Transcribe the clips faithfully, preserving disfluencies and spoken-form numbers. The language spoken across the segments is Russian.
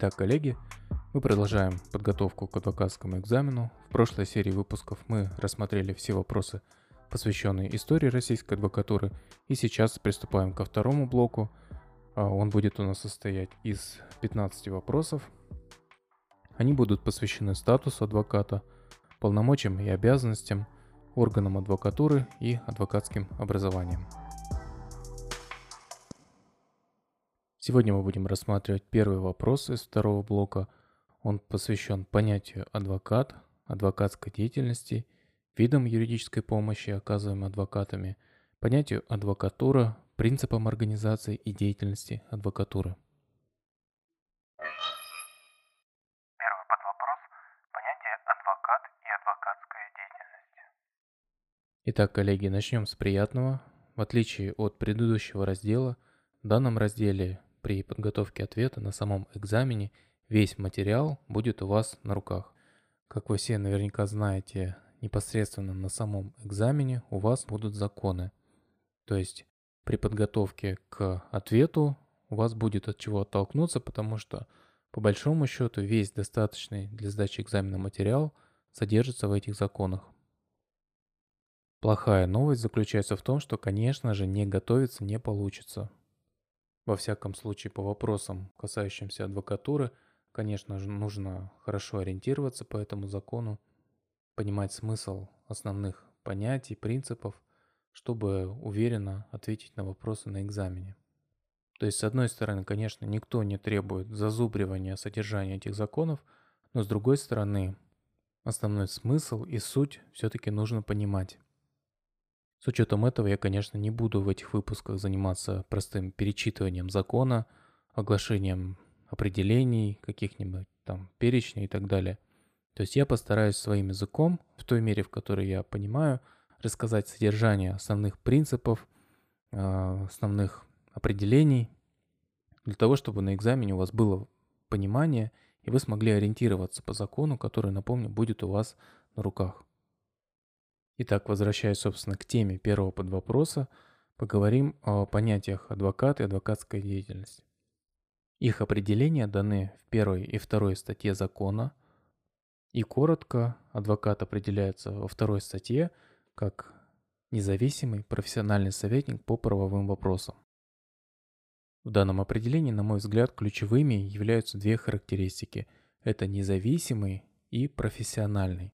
Итак, коллеги, мы продолжаем подготовку к адвокатскому экзамену. В прошлой серии выпусков мы рассмотрели все вопросы, посвященные истории российской адвокатуры, и сейчас приступаем ко второму блоку. А, Он будет у нас состоять из пятнадцати вопросов. Они будут посвящены статусу адвоката, полномочиям и обязанностям, органам адвокатуры и адвокатским образованиям. Сегодня мы будем рассматривать первый вопрос из второго блока. Он посвящен понятию адвокат, адвокатской деятельности, видам юридической помощи, оказываемой адвокатами, понятию адвокатура, принципам организации и деятельности адвокатуры. Первый подвопрос – понятие адвокат и адвокатская деятельность. Итак, коллеги, начнем с приятного. В отличие от предыдущего раздела, в данном разделе при подготовке ответа на самом экзамене весь материал будет у вас на руках. Как вы все наверняка знаете, непосредственно на самом экзамене у вас будут законы. То есть при подготовке к ответу у вас будет от чего оттолкнуться, потому что по большому счету весь достаточный для сдачи экзамена материал содержится в этих законах. Плохая новость заключается в том, что, конечно же, не готовиться не получится. Во всяком случае, по вопросам, касающимся адвокатуры, конечно же, нужно хорошо ориентироваться по этому закону, понимать смысл основных понятий, принципов, чтобы уверенно ответить на вопросы на экзамене. То есть, с одной стороны, конечно, никто не требует зазубривания содержания этих законов, но с другой стороны, основной смысл и суть все-таки нужно понимать. С учетом этого я, конечно, не буду в этих выпусках заниматься простым перечитыванием закона, оглашением определений, каких-нибудь там перечней и так далее. То есть я постараюсь своим языком, в той мере, в которой я понимаю, рассказать содержание основных принципов, а, основных определений, для того, чтобы на экзамене у вас было понимание, и вы смогли ориентироваться по закону, который, напомню, будет у вас на руках. Итак, возвращаясь, собственно, к теме первого подвопроса, поговорим о понятиях адвокат и адвокатская деятельность. Их определения даны в первой и второй статье закона, и коротко адвокат определяется во второй статье как независимый профессиональный советник по правовым вопросам. В данном определении, на мой взгляд, ключевыми являются две характеристики. Это независимый и профессиональный.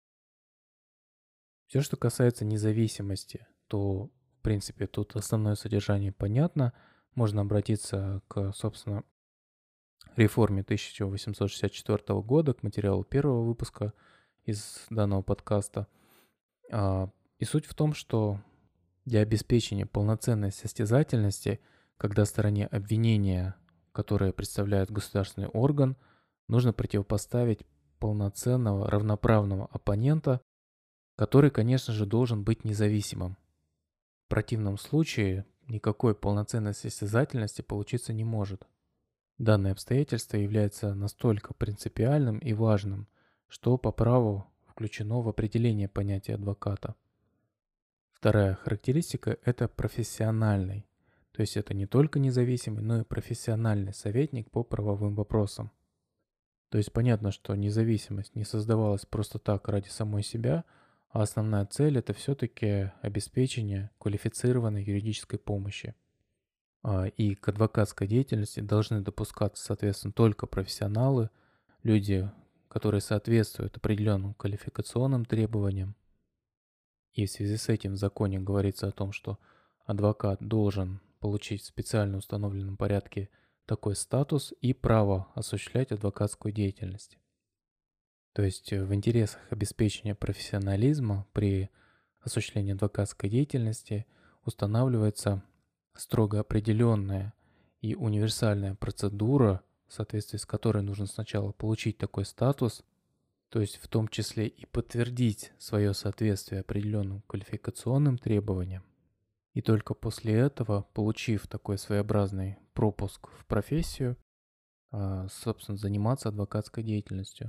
Все, что касается независимости, то, в принципе, тут основное содержание понятно. Можно обратиться к, собственно, реформе тысяча восемьсот шестьдесят четвёртого года, к материалу первого выпуска из данного подкаста. А, И суть в том, что для обеспечения полноценной состязательности, когда стороне обвинения, которое представляет государственный орган, нужно противопоставить полноценного равноправного оппонента, который, конечно же, должен быть независимым. В противном случае никакой полноценной состязательности получиться не может. Данное обстоятельство является настолько принципиальным и важным, что по праву включено в определение понятия адвоката. Вторая характеристика – это профессиональный, то есть это не только независимый, но и профессиональный советник по правовым вопросам. То есть понятно, что независимость не создавалась просто так ради самой себя, а основная цель – это все-таки обеспечение квалифицированной юридической помощи. А, И к адвокатской деятельности должны допускаться, соответственно, только профессионалы, люди, которые соответствуют определенным квалификационным требованиям. И в связи с этим в законе говорится о том, что адвокат должен получить в специально установленном порядке такой статус и право осуществлять адвокатскую деятельность. То есть э, в интересах обеспечения профессионализма при осуществлении адвокатской деятельности устанавливается строго определенная и универсальная процедура, в соответствии с которой нужно сначала получить такой статус, то есть в том числе и подтвердить свое соответствие определенным квалификационным требованиям. И только после этого, получив такой своеобразный пропуск в профессию, а, собственно, заниматься адвокатской деятельностью.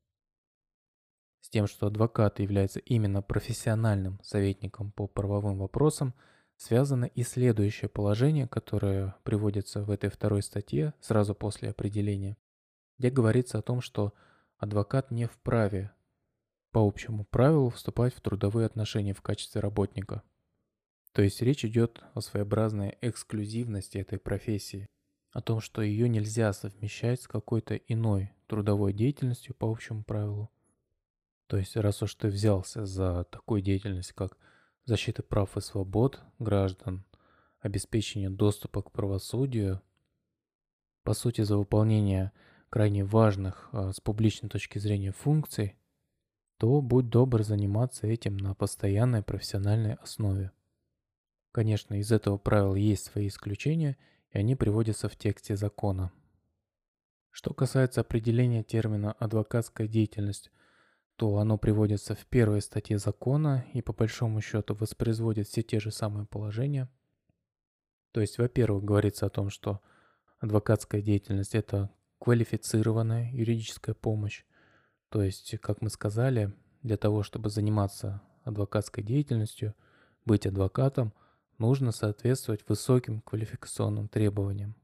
С тем, что адвокат является именно профессиональным советником по правовым вопросам, связано и следующее положение, которое приводится в этой второй статье сразу после определения. где говорится о том, что адвокат не вправе по общему правилу вступать в трудовые отношения в качестве работника. То есть речь идет о своеобразной эксклюзивности этой профессии, о том, что ее нельзя совмещать с какой-то иной трудовой деятельностью по общему правилу. То есть раз уж ты взялся за такую деятельность, как защита прав и свобод граждан, обеспечение доступа к правосудию, по сути, за выполнение крайне важных а, с публичной точки зрения функций, то будь добр заниматься этим на постоянной профессиональной основе. Конечно, из этого правила есть свои исключения, и они приводятся в тексте закона. Что касается определения термина «адвокатская деятельность», то оно приводится в первой статье закона и по большому счету воспроизводит все те же самые положения. То есть, во-первых, говорится о том, что адвокатская деятельность – это квалифицированная юридическая помощь. То есть, как мы сказали, для того, чтобы заниматься адвокатской деятельностью, быть адвокатом, нужно соответствовать высоким квалификационным требованиям.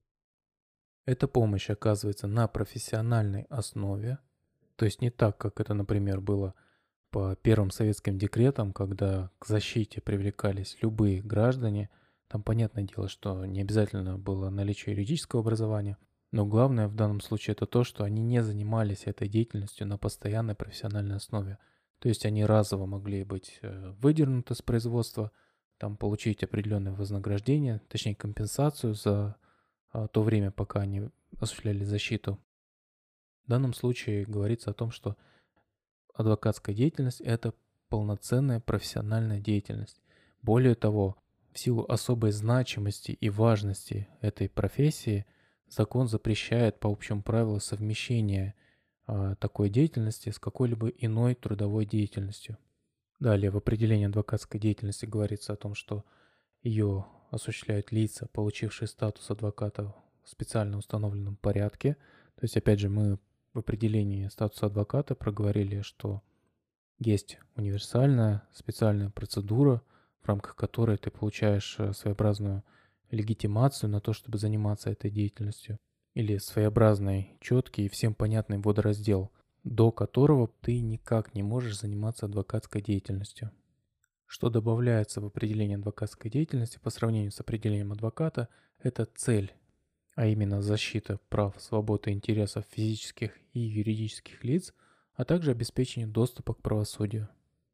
Эта помощь оказывается на профессиональной основе, то есть не так, как это, например, было по первым советским декретам, когда к защите привлекались любые граждане. Там понятное дело, что не обязательно было наличие юридического образования, но главное в данном случае это то, что они не занимались этой деятельностью на постоянной профессиональной основе. То есть они разово могли быть э, выдернуты с производства, там получить определенное вознаграждение, точнее компенсацию за а, то время, пока они осуществляли защиту. В данном случае говорится о том, что адвокатская деятельность – это полноценная профессиональная деятельность. Более того, в силу особой значимости и важности этой профессии, закон запрещает по общему правилу совмещение а, такой деятельности с какой-либо иной трудовой деятельностью. Далее в определении адвокатской деятельности говорится о том, что ее осуществляют лица, получившие статус адвоката в специально установленном порядке. То есть, опять же, мы в определении статуса адвоката проговорили, что есть универсальная специальная процедура, в рамках которой ты получаешь э, своеобразную легитимацию на то, чтобы заниматься этой деятельностью, или своеобразный, четкий и всем понятный водораздел, до которого ты никак не можешь заниматься адвокатской деятельностью. Что добавляется в определение адвокатской деятельности по сравнению с определением адвоката, это цель, а именно защита прав, свобод и интересов физических и юридических лиц, а также обеспечение доступа к правосудию.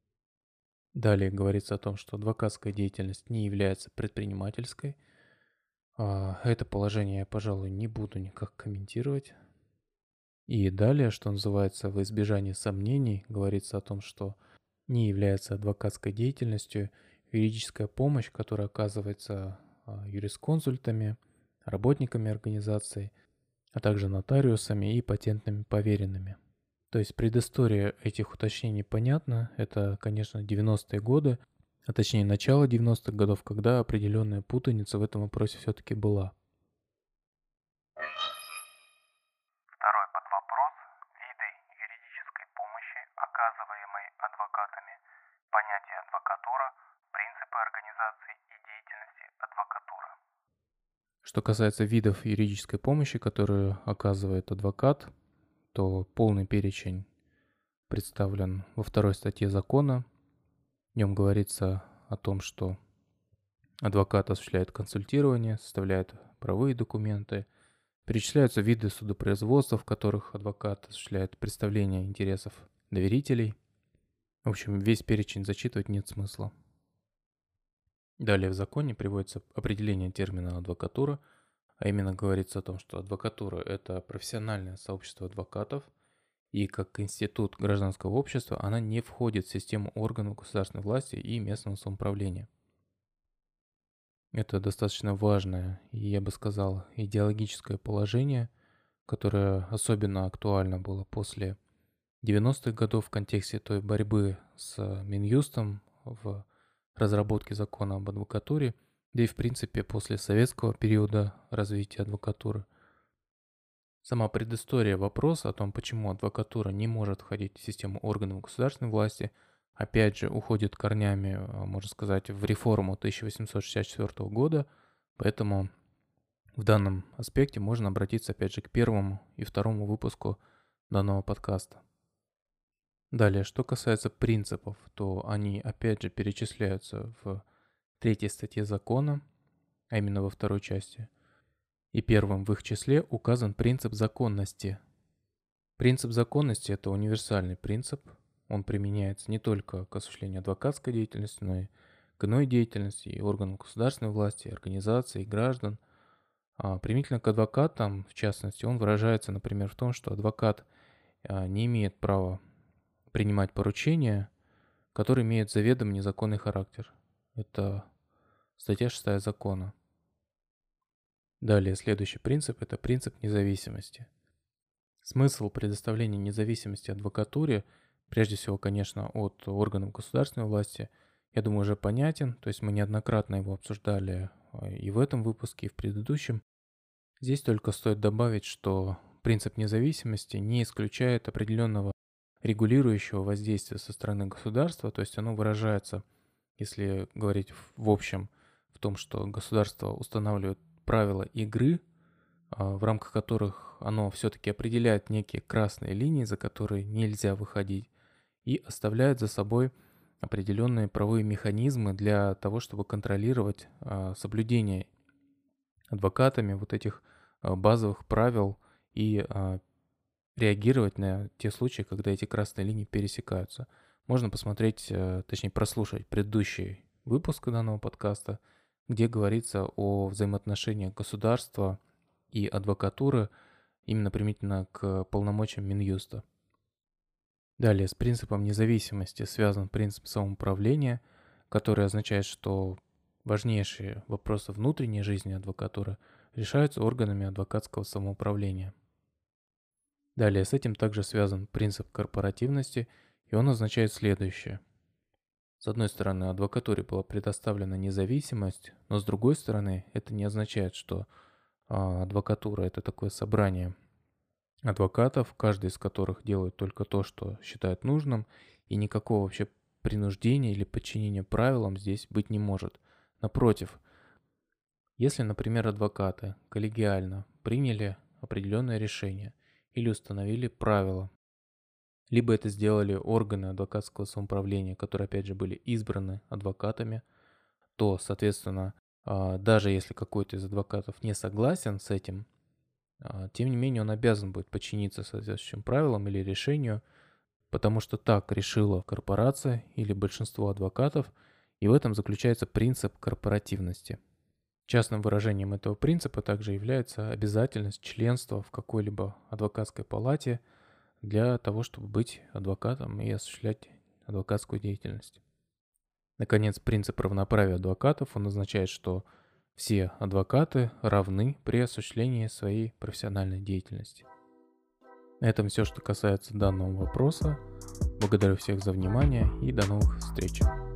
Далее говорится о том, что адвокатская деятельность не является предпринимательской. А, Это положение я, пожалуй, не буду никак комментировать. И далее, что называется, во избежание сомнений, говорится о том, что не является адвокатской деятельностью юридическая помощь, которая оказывается а, юрисконсультами, работниками организации, а также нотариусами и патентными поверенными. То есть предыстория этих уточнений понятна. Это, конечно, девяностые годы, а точнее начало девяностых годов, когда определенная путаница в этом вопросе все-таки была. Второй подвопрос – виды юридической помощи, оказываемой адвокатами, понятие адвокатура, принципы организации и деятельности адвокатуры. Что касается видов юридической помощи, которую оказывает адвокат, то полный перечень представлен во второй статье закона. В нем говорится о том, что адвокат осуществляет консультирование, составляет правовые документы, перечисляются виды судопроизводства, в которых адвокат осуществляет представление интересов доверителей. В общем, весь перечень зачитывать нет смысла. Далее в законе приводится определение термина адвокатура, а именно говорится о том, что адвокатура – это профессиональное сообщество адвокатов, и как институт гражданского общества она не входит в систему органов государственной власти и местного самоуправления. Это достаточно важное и, я бы сказал, идеологическое положение, которое особенно актуально было после девяностых годов в контексте той борьбы с Минюстом в разработке закона об адвокатуре, да и в принципе после советского периода развития адвокатуры. Сама предыстория вопроса о том, почему адвокатура не может входить в систему органов государственной власти, опять же, уходит корнями, а, можно сказать, в реформу тысяча восемьсот шестьдесят четвёртого года, поэтому В данном аспекте можно обратиться опять же к первому и второму выпуску данного подкаста. Далее, что касается принципов, то они опять же перечисляются в третьей статье закона, а именно во второй части. И первым в их числе указан принцип законности. Принцип законности – это универсальный принцип. Он применяется не только к осуществлению адвокатской деятельности, но и к иной деятельности и органам государственной власти, и организаций, и граждан. А применительно к адвокатам, в частности, он выражается, например, в том, что адвокат а, не имеет права принимать поручения, которые имеют заведомо незаконный характер. Это статья шестая закона. Далее, следующий принцип – это принцип независимости. Смысл предоставления независимости адвокатуре, прежде всего, конечно, от органов государственной власти, я думаю, уже понятен. То есть мы неоднократно его обсуждали и в этом выпуске, и в предыдущем. Здесь только стоит добавить, что принцип независимости не исключает определенного регулирующего воздействия со стороны государства, то есть оно выражается, если говорить в общем, в том, что государство устанавливает правила игры, в рамках которых оно все-таки определяет некие красные линии, за которые нельзя выходить, и оставляет за собой определенные правовые механизмы для того, чтобы контролировать соблюдение адвокатами вот этих базовых правил и реагировать на те случаи, когда эти красные линии пересекаются. Можно посмотреть, точнее прослушать предыдущий выпуск данного подкаста, где говорится о взаимоотношениях государства и адвокатуры именно применительно к полномочиям Минюста. Далее, с принципом независимости связан принцип самоуправления, который означает, что важнейшие вопросы внутренней жизни адвокатуры решаются органами адвокатского самоуправления. Далее, с этим также связан принцип корпоративности, и он означает следующее. С одной стороны, адвокатуре была предоставлена независимость, но с другой стороны, это не означает, что а, адвокатура – это такое собрание адвокатов, каждый из которых делает только то, что считает нужным, и никакого вообще принуждения или подчинения правилам здесь быть не может. Напротив, если, например, адвокаты коллегиально приняли определенное решение или установили правила, либо это сделали органы адвокатского самоуправления, которые, опять же, были избраны адвокатами, то, соответственно, даже если какой-то из адвокатов не согласен с этим, тем не менее он обязан будет подчиниться соответствующим правилам или решению, потому что так решила корпорация или большинство адвокатов, и в этом заключается принцип корпоративности. Частным выражением этого принципа также является обязательность членства в какой-либо адвокатской палате для того, чтобы быть адвокатом и осуществлять адвокатскую деятельность. Наконец, принцип равноправия адвокатов, он означает, что все адвокаты равны при осуществлении своей профессиональной деятельности. На этом все, что касается данного вопроса. Благодарю всех за внимание и до новых встреч.